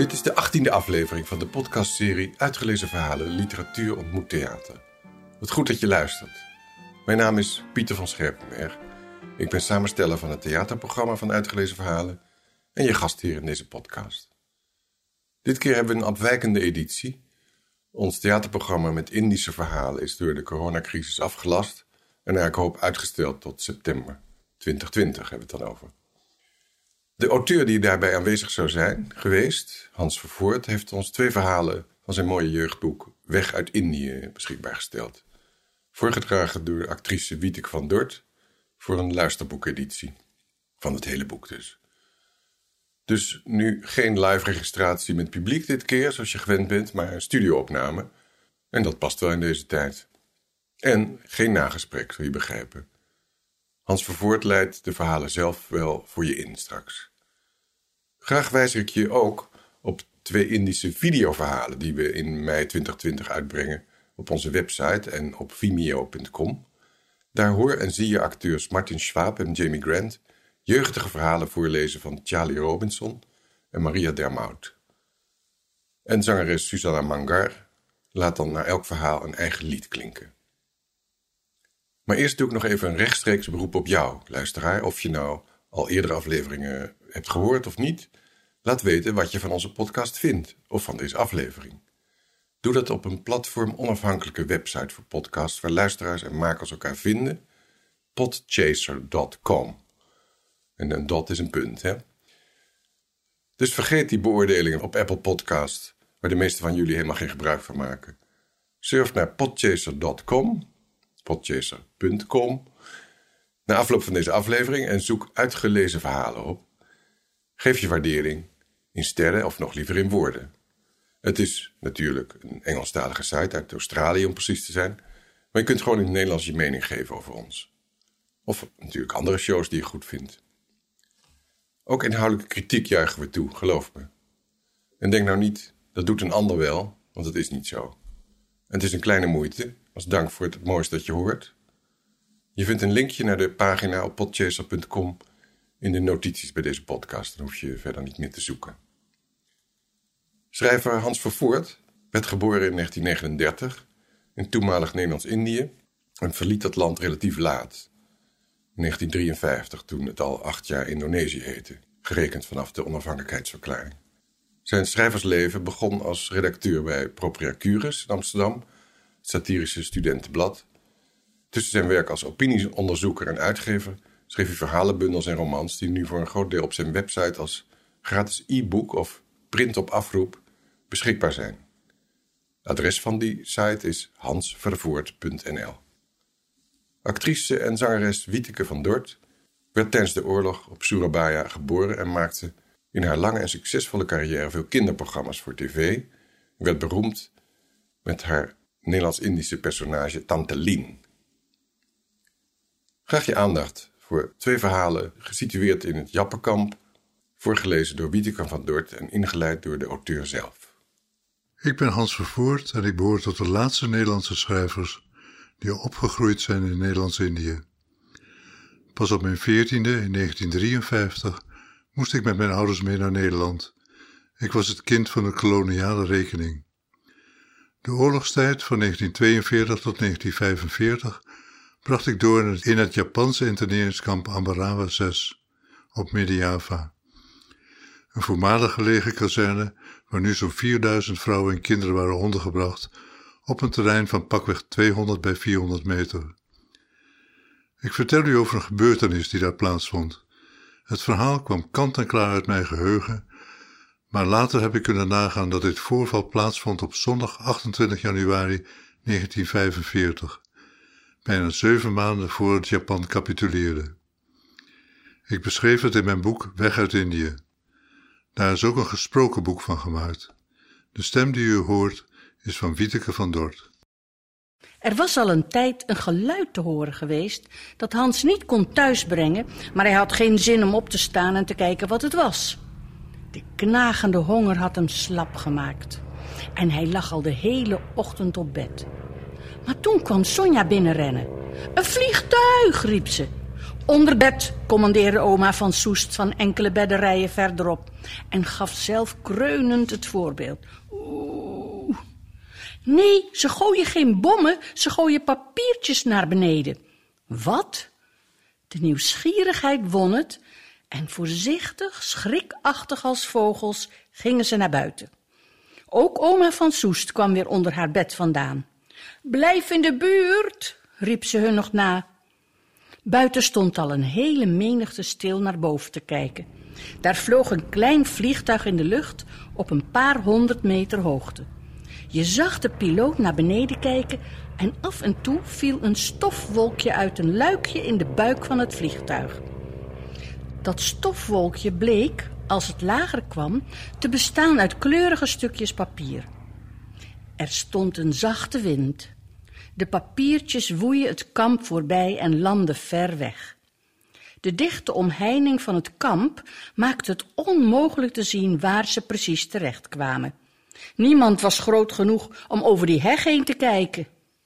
Dit is de 18e aflevering van de podcastserie Uitgelezen verhalen literatuur ontmoet theater. Wat goed dat je luistert. Mijn naam is Pieter van Scherpenberg. Ik ben samensteller van het theaterprogramma van Uitgelezen verhalen en je gastheer in deze podcast. Dit keer hebben we een afwijkende editie. Ons theaterprogramma met Indische verhalen is door de coronacrisis afgelast en naar ik hoop uitgesteld tot september 2020 hebben we het dan over. De auteur die daarbij aanwezig zou zijn geweest, Hans Vervoort, heeft ons 2 verhalen van zijn mooie jeugdboek Weg uit Indië beschikbaar gesteld. Voorgedragen door actrice Wieteke van Dort voor een luisterboekeditie. Van het hele boek dus. Dus nu geen live registratie met publiek dit keer, zoals je gewend bent, maar een studioopname. En dat past wel in deze tijd. En geen nagesprek, zul je begrijpen. Hans Vervoort leidt de verhalen zelf wel voor je in straks. Graag wijs ik je ook op 2 Indische videoverhalen die we in mei 2020 uitbrengen op onze website en op vimeo.com. Daar hoor en zie je acteurs Martin Schwab en Jamie Grant jeugdige verhalen voorlezen van Charlie Robinson en Maria Dermout. En zangeres Susanna Mangar laat dan na elk verhaal een eigen lied klinken. Maar eerst doe ik nog even een rechtstreeks beroep op jou, luisteraar. Of je nou al eerdere afleveringen hebt gehoord of niet. Laat weten wat je van onze podcast vindt of van deze aflevering. Doe dat op een platform onafhankelijke website voor podcasts waar luisteraars en makers elkaar vinden. Podchaser.com. En een dot is een punt, hè? Dus vergeet die beoordelingen op Apple Podcast, waar de meeste van jullie helemaal geen gebruik van maken. Surf naar podchaser.com, podchaser.com, na afloop van deze aflevering en zoek uitgelezen verhalen op. Geef je waardering in sterren of nog liever in woorden. Het is natuurlijk een Engelstalige site uit Australië om precies te zijn, maar je kunt gewoon in het Nederlands je mening geven over ons. Of natuurlijk andere shows die je goed vindt. Ook inhoudelijke kritiek juichen we toe, geloof me. En denk nou niet, dat doet een ander wel, want dat is niet zo. En het is een kleine moeite, als dank voor het mooiste dat je hoort. Je vindt een linkje naar de pagina op podchaser.com in de notities bij deze podcast. Dan hoef je verder niet meer te zoeken. Schrijver Hans Vervoort werd geboren in 1939 in toenmalig Nederlands-Indië en verliet dat land relatief laat. In 1953, toen het al 8 jaar Indonesië heette, gerekend vanaf de onafhankelijkheidsverklaring. Zijn schrijversleven begon als redacteur bij Propria Cures in Amsterdam, het satirische studentenblad. Tussen zijn werk als opinieonderzoeker en uitgever schreef hij verhalenbundels en romans die nu voor een groot deel op zijn website als gratis e-book of print op afroep beschikbaar zijn. Het adres van die site is hansvervoort.nl. Actrice en zangeres Wieteke van Dort werd tijdens de oorlog op Surabaya geboren en maakte in haar lange en succesvolle carrière veel kinderprogramma's voor tv en werd beroemd met haar Nederlands-Indische personage Tante Lien. Graag je aandacht voor 2 verhalen gesitueerd in het Jappenkamp, voorgelezen door Wieteke van Dort en ingeleid door de auteur zelf. Ik ben Hans Vervoort en ik behoor tot de laatste Nederlandse schrijvers die opgegroeid zijn in Nederlands-Indië. Pas op mijn 14e in 1953 moest ik met mijn ouders mee naar Nederland. Ik was het kind van de koloniale rekening. De oorlogstijd van 1942 tot 1945 bracht ik door in het Japanse interneringskamp Ambarawa 6 op Midden-Java. Een voormalig legerkazerne waar nu zo'n 4000 vrouwen en kinderen waren ondergebracht op een terrein van pakweg 200 bij 400 meter. Ik vertel u over een gebeurtenis die daar plaatsvond. Het verhaal kwam kant en klaar uit mijn geheugen, maar later heb ik kunnen nagaan dat dit voorval plaatsvond op zondag 28 januari 1945, bijna 7 maanden voor het Japan capituleerde. Ik beschreef het in mijn boek Weg uit Indië. Daar is ook een gesproken boek van gemaakt. De stem die u hoort is van Wieteke van Dort. Er was al een tijd een geluid te horen geweest dat Hans niet kon thuisbrengen, maar hij had geen zin om op te staan en te kijken wat het was. De knagende honger had hem slap gemaakt en hij lag al de hele ochtend op bed. Maar toen kwam Sonja binnenrennen. Een vliegtuig, riep ze. Onder bed, commandeerde oma van Soest van enkele bedderijen verderop en gaf zelf kreunend het voorbeeld. Oeh. Nee, ze gooien geen bommen, ze gooien papiertjes naar beneden. Wat? De nieuwsgierigheid won het en voorzichtig, schrikachtig als vogels gingen ze naar buiten. Ook oma van Soest kwam weer onder haar bed vandaan. Blijf in de buurt, riep ze hun nog na. Buiten stond al een hele menigte stil naar boven te kijken. Daar vloog een klein vliegtuig in de lucht op een paar 100 meter hoogte. Je zag de piloot naar beneden kijken en af en toe viel een stofwolkje uit een luikje in de buik van het vliegtuig. Dat stofwolkje bleek, als het lager kwam, te bestaan uit kleurige stukjes papier. Er stond een zachte wind. De papiertjes woeien het kamp voorbij en landden ver weg. De dichte omheining van het kamp maakte het onmogelijk te zien waar ze precies terechtkwamen. Niemand was groot genoeg om over die heg heen te kijken.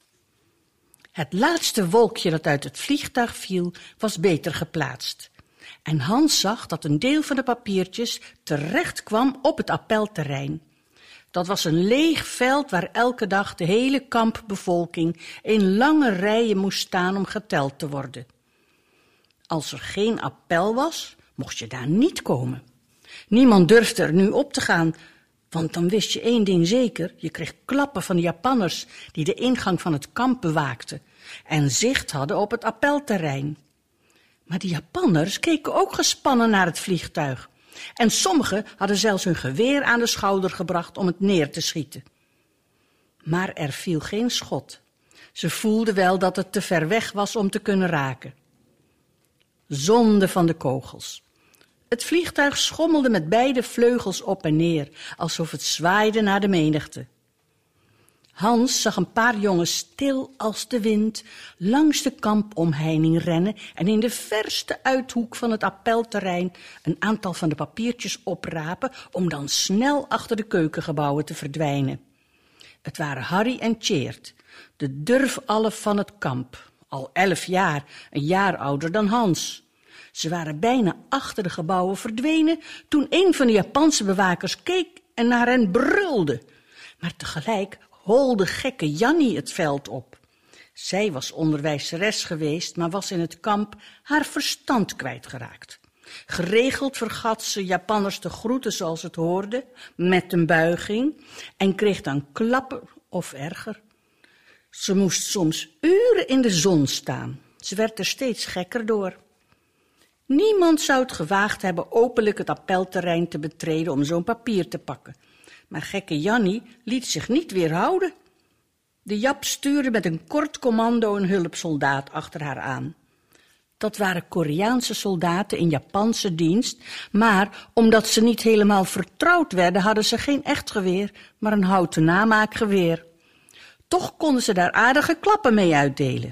Het laatste wolkje dat uit het vliegtuig viel, was beter geplaatst. En Hans zag dat een deel van de papiertjes terecht kwam op het appelterrein. Dat was een leeg veld waar elke dag de hele kampbevolking in lange rijen moest staan om geteld te worden. Als er geen appel was, mocht je daar niet komen. Niemand durfde er nu op te gaan, want dan wist je één ding zeker: je kreeg klappen van de Japanners die de ingang van het kamp bewaakten en zicht hadden op het appelterrein. Maar die Japanners keken ook gespannen naar het vliegtuig. En sommigen hadden zelfs hun geweer aan de schouder gebracht om het neer te schieten. Maar er viel geen schot. Ze voelden wel dat het te ver weg was om te kunnen raken. Zonde van de kogels. Het vliegtuig schommelde met beide vleugels op en neer, alsof het zwaaide naar de menigte. Hans zag een paar jongens stil als de wind langs de kampomheining rennen en in de verste uithoek van het appelterrein een aantal van de papiertjes oprapen om dan snel achter de keukengebouwen te verdwijnen. Het waren Harry en Tjeerd, de durfalf van het kamp, al 11 jaar, een jaar ouder dan Hans. Ze waren bijna achter de gebouwen verdwenen toen een van de Japanse bewakers keek en naar hen brulde. Maar tegelijk holde gekke Jannie het veld op. Zij was onderwijzeres geweest, maar was in het kamp haar verstand kwijtgeraakt. Geregeld vergat ze Japanners te groeten zoals het hoorde, met een buiging, en kreeg dan klappen of erger. Ze moest soms uren in de zon staan. Ze werd er steeds gekker door. Niemand zou het gewaagd hebben openlijk het appelterrein te betreden om zo'n papier te pakken. Maar gekke Jannie liet zich niet weerhouden. De Jap stuurde met een kort commando een hulpsoldaat achter haar aan. Dat waren Koreaanse soldaten in Japanse dienst, maar omdat ze niet helemaal vertrouwd werden, hadden ze geen echt geweer, maar een houten namaakgeweer. Toch konden ze daar aardige klappen mee uitdelen.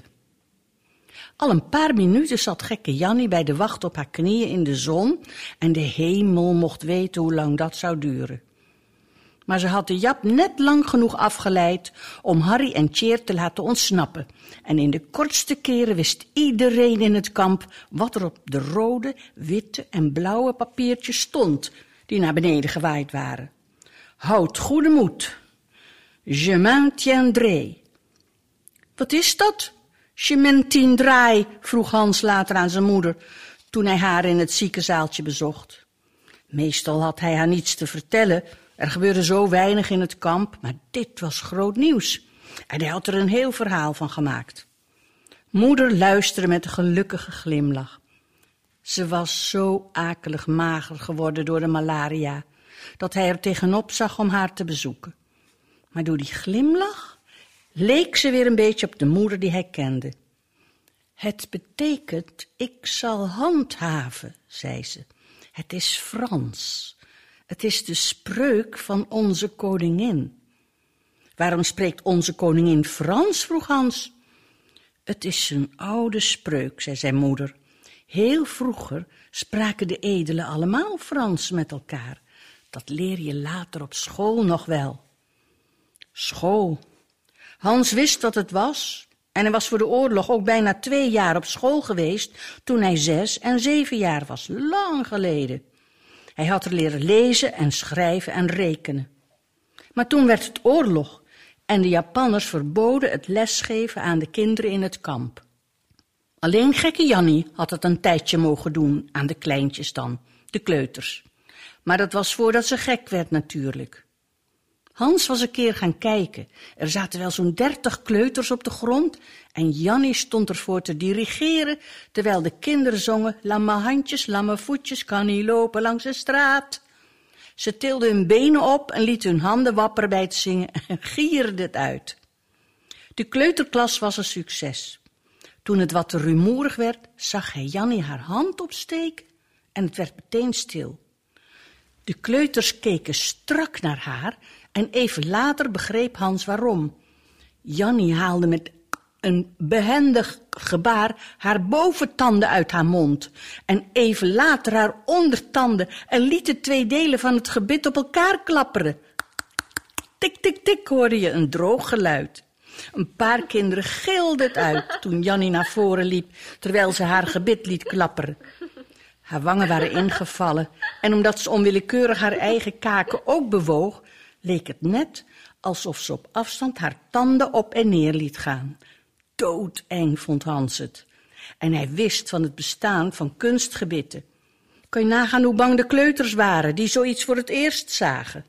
Al een paar minuten zat gekke Jannie bij de wacht op haar knieën in de zon en de hemel mocht weten hoe lang dat zou duren. Maar ze had de Jap net lang genoeg afgeleid om Harry en Tjeerd te laten ontsnappen. En in de kortste keren wist iedereen in het kamp wat er op de rode, witte en blauwe papiertjes stond die naar beneden gewaaid waren. Houd goede moed. Je maintiendrai. Wat is dat? Je maintiendrai, vroeg Hans later aan zijn moeder toen hij haar in het ziekenzaaltje bezocht. Meestal had hij haar niets te vertellen. Er gebeurde zo weinig in het kamp, maar dit was groot nieuws. En hij had er een heel verhaal van gemaakt. Moeder luisterde met een gelukkige glimlach. Ze was zo akelig mager geworden door de malaria, dat hij er tegenop zag om haar te bezoeken. Maar door die glimlach leek ze weer een beetje op de moeder die hij kende. Het betekent, ik zal handhaven, zei ze. Het is Frans. Het is de spreuk van onze koningin. Waarom spreekt onze koningin Frans, vroeg Hans. Het is een oude spreuk, zei zijn moeder. Heel vroeger spraken de edelen allemaal Frans met elkaar. Dat leer je later op school nog wel. School. Hans wist wat het was En hij was voor de oorlog ook bijna 2 jaar op school geweest toen hij 6 en 7 jaar was, lang geleden. Hij had er leren lezen en schrijven en rekenen. Maar toen werd het oorlog en de Japanners verboden het lesgeven aan de kinderen in het kamp. Alleen gekke Jannie had het een tijdje mogen doen aan de kleintjes dan, de kleuters. Maar dat was voordat ze gek werd natuurlijk. Hans was een keer gaan kijken. Er zaten wel zo'n 30 kleuters op de grond en Jannie stond ervoor te dirigeren, terwijl de kinderen zongen: lamme handjes, lamme voetjes, kan niet lopen langs de straat. Ze tilden hun benen op en lieten hun handen wapperen bij het zingen en gierden het uit. De kleuterklas was een succes. Toen het wat te rumoerig werd, zag hij Jannie haar hand opsteken en het werd meteen stil. De kleuters keken strak naar haar en even later begreep Hans waarom. Jannie haalde met een behendig gebaar haar boventanden uit haar mond en even later haar ondertanden en liet de 2 delen van het gebit op elkaar klapperen. Tik, tik, tik hoorde je een droog geluid. Een paar kinderen gilden het uit toen Jannie naar voren liep, terwijl ze haar gebit liet klapperen. Haar wangen waren ingevallen en omdat ze onwillekeurig haar eigen kaken ook bewoog, leek het net alsof ze op afstand haar tanden op en neer liet gaan. Doodeng vond Hans het. En hij wist van het bestaan van kunstgebitten. Kan je nagaan hoe bang de kleuters waren die zoiets voor het eerst zagen.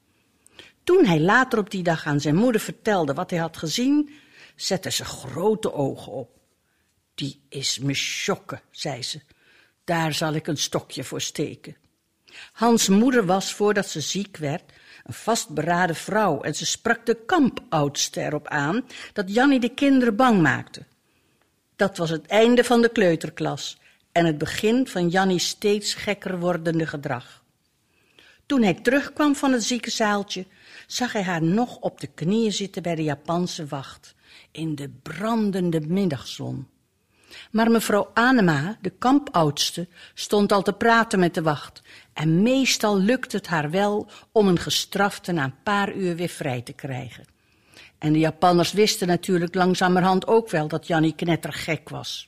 Toen hij later op die dag aan zijn moeder vertelde wat hij had gezien, zette ze grote ogen op. Die is me schokken, zei ze. Daar zal ik een stokje voor steken. Hans' moeder was, voordat ze ziek werd, een vastberaden vrouw en ze sprak de kampoudste erop aan dat Jannie de kinderen bang maakte. Dat was het einde van de kleuterklas en het begin van Jannie's steeds gekker wordende gedrag. Toen hij terugkwam van het ziekenzaaltje, zag hij haar nog op de knieën zitten bij de Japanse wacht, in de brandende middagzon. Maar mevrouw Anema, de kampoudste, stond al te praten met de wacht en meestal lukte het haar wel om een gestrafte na een paar uur weer vrij te krijgen. En de Japanners wisten natuurlijk langzamerhand ook wel dat Jannie knettergek was.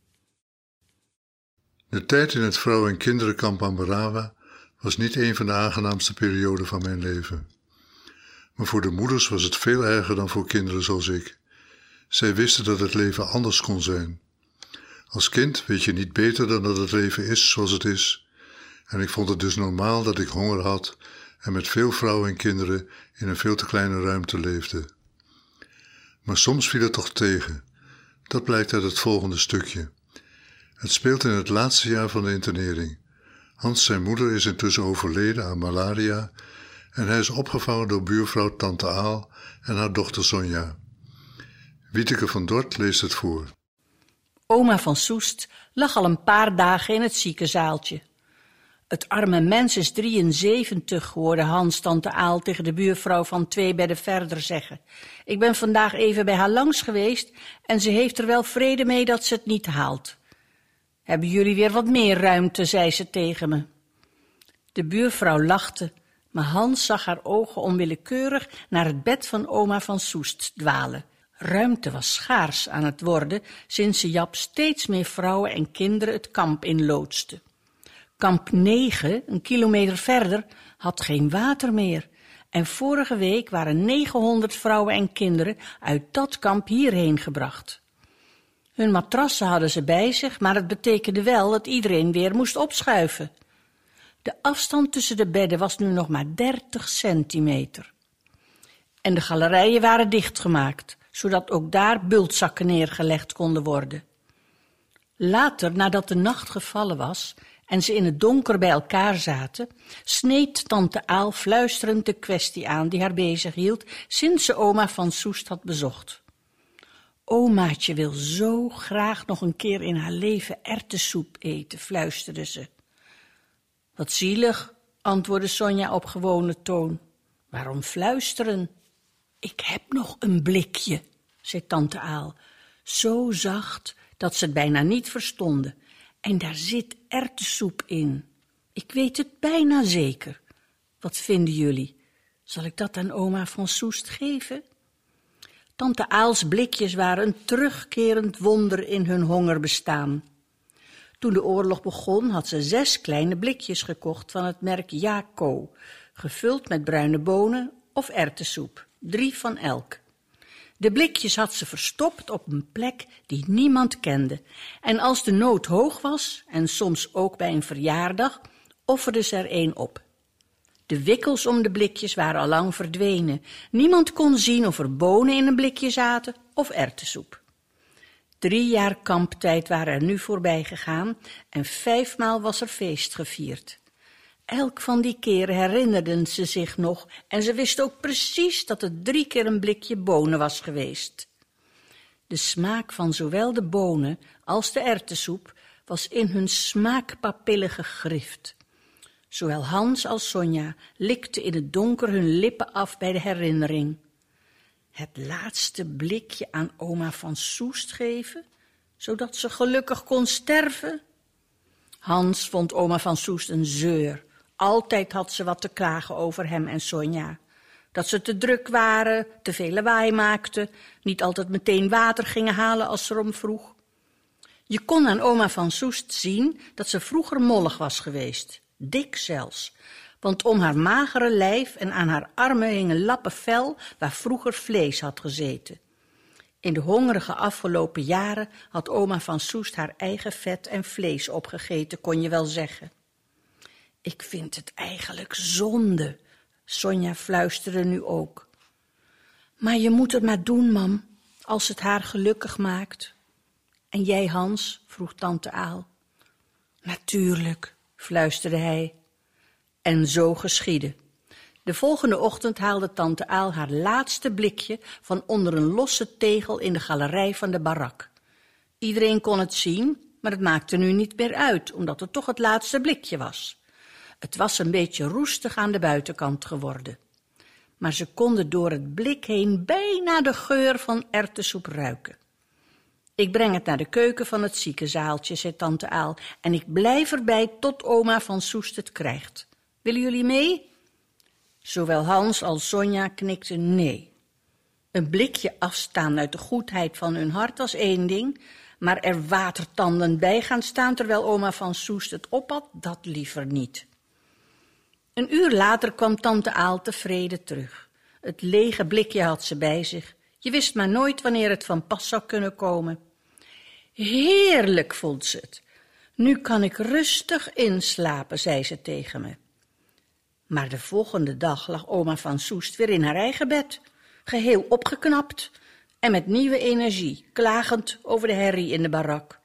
De tijd in het vrouw- en kinderenkamp Ambarawa was niet een van de aangenaamste perioden van mijn leven. Maar voor de moeders was het veel erger dan voor kinderen zoals ik. Zij wisten dat het leven anders kon zijn. Als kind weet je niet beter dan dat het leven is zoals het is. En ik vond het dus normaal dat ik honger had en met veel vrouwen en kinderen in een veel te kleine ruimte leefde. Maar soms viel het toch tegen. Dat blijkt uit het volgende stukje. Het speelt in het laatste jaar van de internering. Hans, zijn moeder, is intussen overleden aan malaria en hij is opgevangen door buurvrouw Tante Aal en haar dochter Sonja. Wieteke van Dort leest het voor. Oma van Soest lag al een paar dagen in het ziekenzaaltje. Het arme mens is 73, hoorde Hans Tante Aal tegen de buurvrouw van 2 bedden verder zeggen. Ik ben vandaag even bij haar langs geweest en ze heeft er wel vrede mee dat ze het niet haalt. Hebben jullie weer wat meer ruimte, zei ze tegen me. De buurvrouw lachte, maar Hans zag haar ogen onwillekeurig naar het bed van oma van Soest dwalen. Ruimte was schaars aan het worden sinds ze Jap steeds meer vrouwen en kinderen het kamp inloodste. Kamp 9, een kilometer verder, had geen water meer. En vorige week waren 900 vrouwen en kinderen uit dat kamp hierheen gebracht. Hun matrassen hadden ze bij zich, maar het betekende wel dat iedereen weer moest opschuiven. De afstand tussen de bedden was nu nog maar 30 centimeter. En de galerijen waren dichtgemaakt, zodat ook daar bultzakken neergelegd konden worden. Later, nadat de nacht gevallen was en ze in het donker bij elkaar zaten, sneed tante Aal fluisterend de kwestie aan die haar bezighield sinds ze oma van Soest had bezocht. Omaatje wil zo graag nog een keer in haar leven erwtensoep eten, fluisterde ze. Wat zielig, antwoordde Sonja op gewone toon. Waarom fluisteren? Ik heb nog een blikje, zei tante Aal, zo zacht dat ze het bijna niet verstonden. En daar zit erwtensoep in. Ik weet het bijna zeker. Wat vinden jullie? Zal ik dat aan oma van Soest geven? Tante Aals blikjes waren een terugkerend wonder in hun hongerbestaan. Toen de oorlog begon had ze 6 kleine blikjes gekocht van het merk Jaco, gevuld met bruine bonen of erwtensoep, 3 van elk. De blikjes had ze verstopt op een plek die niemand kende. En als de nood hoog was, en soms ook bij een verjaardag, offerde ze er 1 op. De wikkels om de blikjes waren al lang verdwenen. Niemand kon zien of er bonen in een blikje zaten of erwtensoep. 3 jaar kamptijd waren er nu voorbij gegaan en 5 maal was er feest gevierd. Elk van die keren herinnerden ze zich nog en ze wisten ook precies dat het 3 keer een blikje bonen was geweest. De smaak van zowel de bonen als de erwtensoep was in hun smaakpapillen gegrift. Zowel Hans als Sonja likten in het donker hun lippen af bij de herinnering. Het laatste blikje aan oma van Soest geven, zodat ze gelukkig kon sterven? Hans vond oma van Soest een zeur. Altijd had ze wat te klagen over hem en Sonja. Dat ze te druk waren, te veel lawaai maakten, niet altijd meteen water gingen halen als ze erom vroeg. Je kon aan oma van Soest zien dat ze vroeger mollig was geweest, dik zelfs. Want om haar magere lijf en aan haar armen hingen lappen vel waar vroeger vlees had gezeten. In de hongerige afgelopen jaren had oma van Soest haar eigen vet en vlees opgegeten, kon je wel zeggen. Ik vind het eigenlijk zonde, Sonja fluisterde nu ook. Maar je moet het maar doen, mam, als het haar gelukkig maakt. En jij, Hans, vroeg tante Aal. Natuurlijk, fluisterde hij. En zo geschiedde. De volgende ochtend haalde tante Aal haar laatste blikje van onder een losse tegel in de galerij van de barak. Iedereen kon het zien, maar het maakte nu niet meer uit, omdat het toch het laatste blikje was. Het was een beetje roestig aan de buitenkant geworden. Maar ze konden door het blik heen bijna de geur van erwtensoep ruiken. Ik breng het naar de keuken van het ziekenzaaltje, zei tante Aal, en ik blijf erbij tot oma van Soest het krijgt. Willen jullie mee? Zowel Hans als Sonja knikten nee. Een blikje afstaan uit de goedheid van hun hart was 1 ding, maar er watertanden bij gaan staan terwijl oma van Soest het ophad, dat liever niet. Een uur later kwam tante Aal tevreden terug. Het lege blikje had ze bij zich. Je wist maar nooit wanneer het van pas zou kunnen komen. Heerlijk, vond ze het. Nu kan ik rustig inslapen, zei ze tegen me. Maar de volgende dag lag oma van Soest weer in haar eigen bed, geheel opgeknapt en met nieuwe energie, klagend over de herrie in de barak.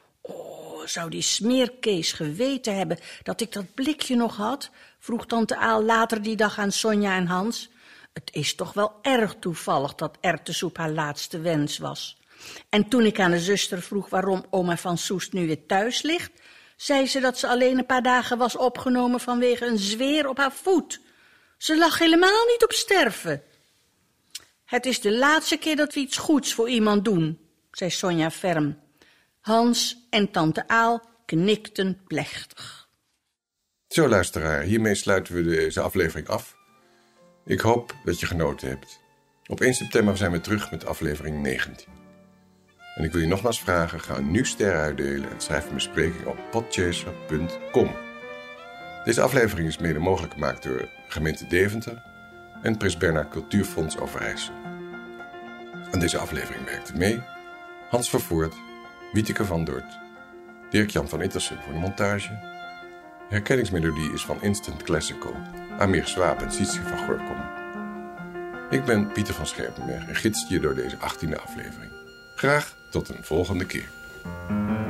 Oh, zou die smeerkees geweten hebben dat ik dat blikje nog had, vroeg tante Aal later die dag aan Sonja en Hans. Het is toch wel erg toevallig dat erwtensoep haar laatste wens was. En toen ik aan de zuster vroeg waarom oma van Soest nu weer thuis ligt, zei ze dat ze alleen een paar dagen was opgenomen vanwege een zweer op haar voet. Ze lag helemaal niet op sterven. Het is de laatste keer dat we iets goeds voor iemand doen, zei Sonja ferm. Hans en tante Aal knikten plechtig. Zo, luisteraar, hiermee sluiten we deze aflevering af. Ik hoop dat je genoten hebt. Op 1 september zijn we terug met aflevering 19. En ik wil je nogmaals vragen, ga nu sterren uitdelen en schrijf een bespreking op podchaser.com. Deze aflevering is mede mogelijk gemaakt door gemeente Deventer en Prins Bernhard Cultuurfonds Overijssel. Aan deze aflevering werkten mee Hans Vervoort, Wieteke van Dort, Dirk-Jan van Ittersen voor de montage. Herkenningsmelodie is van Instant Classical, Amir Swaap en Sietske van Gorkom. Ik ben Pieter van Scherpenberg en gids je door deze 18e aflevering. Graag tot een volgende keer.